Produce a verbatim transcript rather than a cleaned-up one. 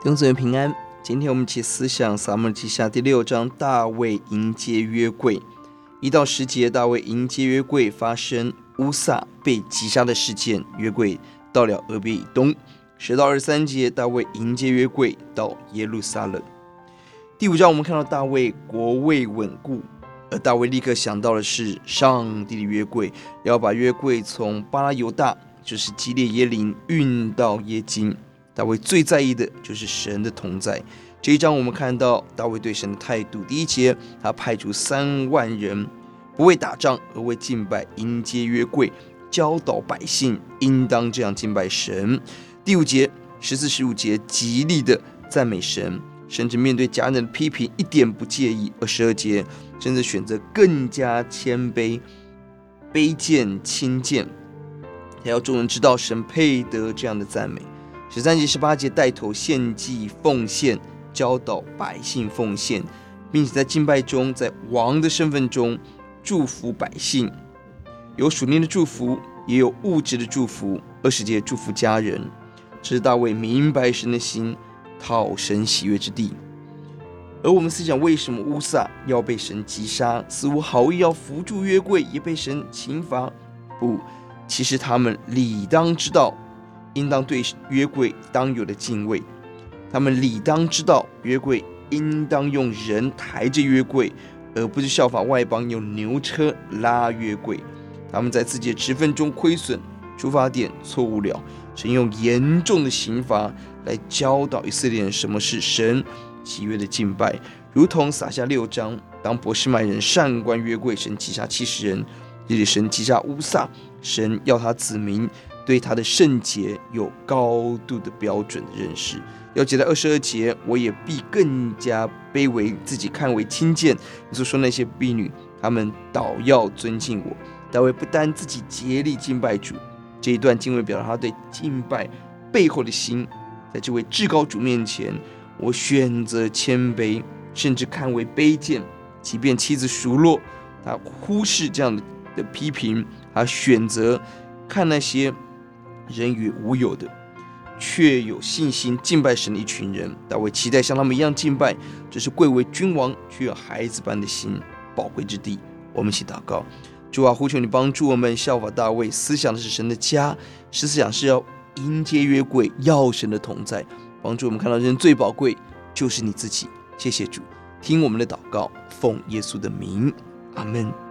弟兄姊妹平安。今天我们一起思想撒母耳记下第六章，大卫迎接约柜。一到十节，大卫迎接约柜，发生乌撒被击杀的事件，约柜到了俄别以东。十到二十三节，大卫迎接约柜到耶路撒冷。第五章我们看到大卫国位稳固，而大卫立刻想到的是上帝的约柜，要把约柜从巴拉犹大，就是基列耶琳运到耶京。大卫最在意的就是神的同在。这一章我们看到大卫对神的态度。第一节，他派出三万人，不为打仗而为敬拜，迎接约柜，教导百姓应当这样敬拜神。第五节、十四、十五节极力的赞美神，甚至面对家人的批评一点不介意。二十二节甚至选择更加谦卑，卑贱轻贱，还要众人知道神配得这样的赞美。十三节、十八节带头献祭奉献，教导百姓奉献，并且在敬拜中，在王的身份中祝福百姓，有属灵的祝福，也有物质的祝福。二十节祝福家人，这是大卫明白神的心，讨神喜悦之地。而我们思想，为什么乌撒要被神击杀？似乎好意要扶住约柜，也被神刑罚？不，其实他们理当知道应当对约柜当有的敬畏，他们理当知道约柜应当用人抬着约柜，而不是效法外邦用牛车拉约柜。他们在自己的职分中亏损，出发点错误了，神用严重的刑罚来教导以色列人什么是神喜悦的敬拜。如同撒下六章，当伯示麦人擅观约柜，神击杀七十人；这里神击杀乌撒，神要他子民对他的圣洁有高度的标准的认识。要记得二十二节，我也必更加卑微，自己看为轻贱。你所说那些婢女，他们倒要尊敬我。大卫不单自己竭力敬拜主，这一段经文表达他对敬拜背后的心。在这位至高主面前，我选择谦卑，甚至看为卑贱。即便妻子熟络，他忽视这样的批评，他选择看那些人与无有的，却有信心敬拜神的一群人。大卫期待像他们一样敬拜，这是贵为君王却有孩子般的心，宝贵之地。我们一起祷告。主啊，呼求你帮助我们效法大卫，思想的是神的家，思想是要迎接约柜，要神的同在，帮助我们看到人最宝贵就是你自己。谢谢主，听我们的祷告，奉耶稣的名，阿们。